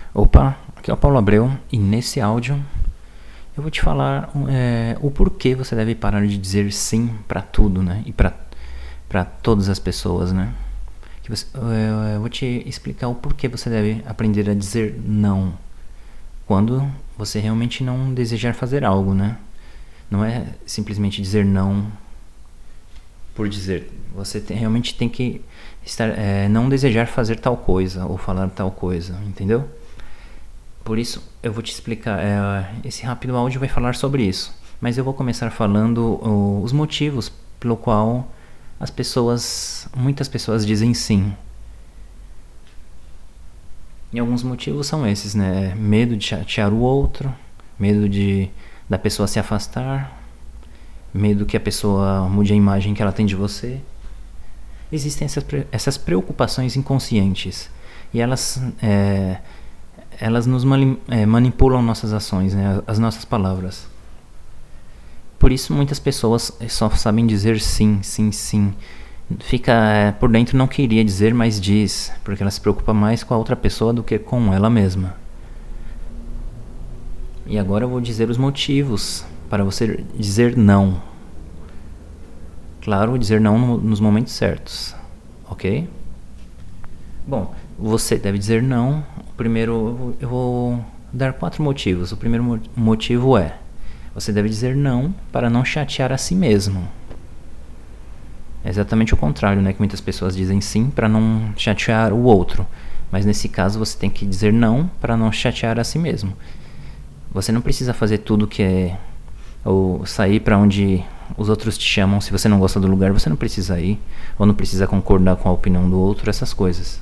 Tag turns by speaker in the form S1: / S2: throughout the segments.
S1: Opa, aqui é o Paulo Abreu e nesse áudio eu vou te falar o porquê você deve parar de dizer sim para tudo, né? E para todas as pessoas, né? Eu vou te explicar o porquê você deve aprender a dizer não quando você realmente não desejar fazer algo, né? Não é simplesmente dizer não por dizer. Você realmente tem que não desejar fazer tal coisa ou falar tal coisa, entendeu? Por isso, eu vou te explicar. Esse rápido áudio vai falar sobre isso. Mas eu vou começar falando os motivos pelo qual muitas pessoas dizem sim. E alguns motivos são esses, né? Medo de chatear o outro, medo da pessoa se afastar, medo que a pessoa mude a imagem que ela tem de você. Existem essas preocupações inconscientes. E elas nos manipulam nossas ações, né? As nossas palavras. Por isso muitas pessoas só sabem dizer sim, sim, sim. Fica por dentro, não queria dizer, mas diz, porque ela se preocupa mais com a outra pessoa do que com ela mesma. E agora eu vou dizer os motivos para você dizer não. Claro, dizer não nos momentos certos, ok? Bom, você deve dizer não. Primeiro, eu vou dar 4 motivos. O primeiro motivo é: você deve dizer não para não chatear a si mesmo. É exatamente o contrário, né? Que muitas pessoas dizem sim para não chatear o outro. Mas nesse caso você tem que dizer não para não chatear a si mesmo. Você não precisa fazer tudo que é... ou sair para onde os outros te chamam. Se você não gosta do lugar, você não precisa ir. Ou não precisa concordar com a opinião do outro, essas coisas.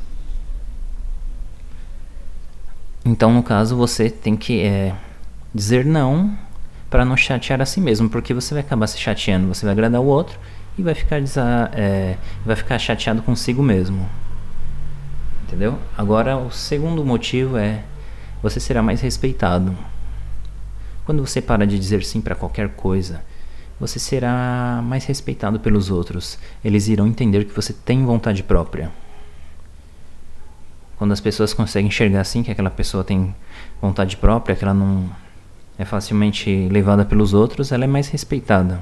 S1: Então, no caso, você tem que dizer não para não chatear a si mesmo, porque você vai acabar se chateando, você vai agradar o outro e vai ficar chateado consigo mesmo. Entendeu? Agora, o segundo motivo é: você será mais respeitado. Quando você para de dizer sim para qualquer coisa, você será mais respeitado pelos outros. Eles irão entender que você tem vontade própria. Quando as pessoas conseguem enxergar assim, que aquela pessoa tem vontade própria, que ela não é facilmente levada pelos outros, ela é mais respeitada.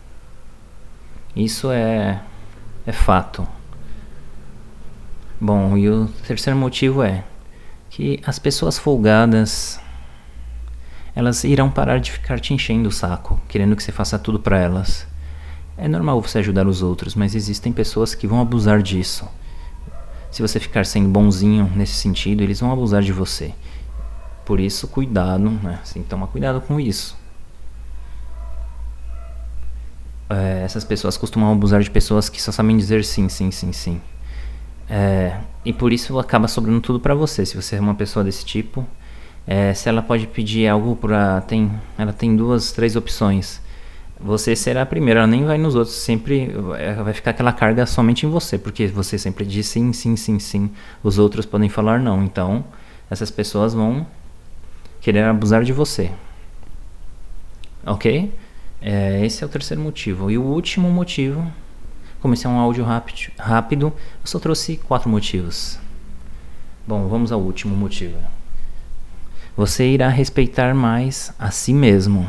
S1: Isso é fato. Bom, e o terceiro motivo é que as pessoas folgadas, elas irão parar de ficar te enchendo o saco, querendo que você faça tudo pra elas. É normal você ajudar os outros, mas existem pessoas que vão abusar disso. Se você ficar sendo bonzinho nesse sentido, eles vão abusar de você. Por isso, cuidado, né? Você tem que tomar cuidado com isso. Essas pessoas costumam abusar de pessoas que só sabem dizer sim, sim, sim, sim. E por isso acaba sobrando tudo pra você. Se você é uma pessoa desse tipo, se ela pode pedir algo ela tem 2, 3 opções. Você será a primeira, ela nem vai nos outros. Sempre vai ficar aquela carga somente em você, porque você sempre diz sim, sim, sim, sim. Os outros podem falar não. Então, essas pessoas vão querer abusar de você. Ok? Esse é o terceiro motivo. E o último motivo, como esse é um áudio rápido, eu só trouxe 4 motivos. Bom, vamos ao último motivo. Você irá respeitar mais a si mesmo.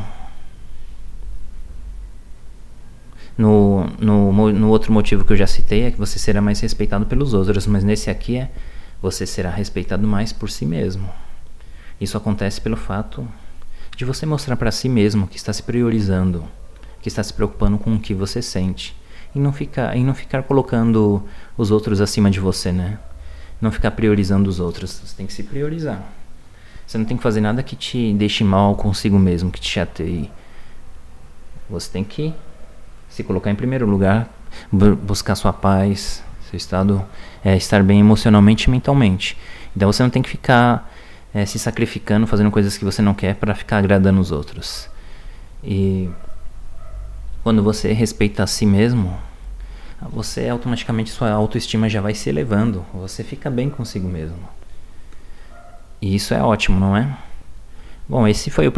S1: No outro motivo que eu já citei é que você será mais respeitado pelos outros, mas nesse aqui você será respeitado mais por si mesmo. Isso acontece pelo fato de você mostrar para si mesmo que está se priorizando, que está se preocupando com o que você sente, e não ficar colocando os outros acima de você, né? Não ficar priorizando os outros. Você tem que se priorizar. Você não tem que fazer nada que te deixe mal consigo mesmo, que te chateie. Você tem que se colocar em primeiro lugar, buscar sua paz, seu estado, estar bem emocionalmente e mentalmente. Então você não tem que ficar se sacrificando, fazendo coisas que você não quer para ficar agradando os outros. E quando você respeita a si mesmo, você automaticamente, sua autoestima já vai se elevando. Você fica bem consigo mesmo. E isso é ótimo, não é? Bom, esse foi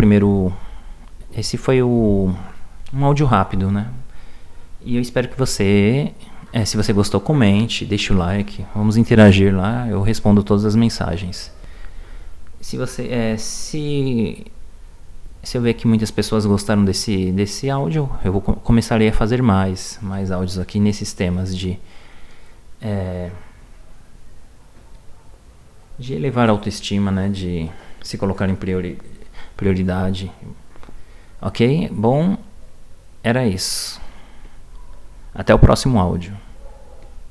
S1: um áudio rápido, né? E eu espero que você, se você gostou, comente, deixe o like, vamos interagir lá, eu respondo todas as mensagens. Se você se eu ver que muitas pessoas gostaram desse áudio, eu começarei a fazer mais áudios aqui nesses temas de elevar a autoestima, né, de se colocar em prioridade. Ok? Bom, era isso. Até o próximo áudio.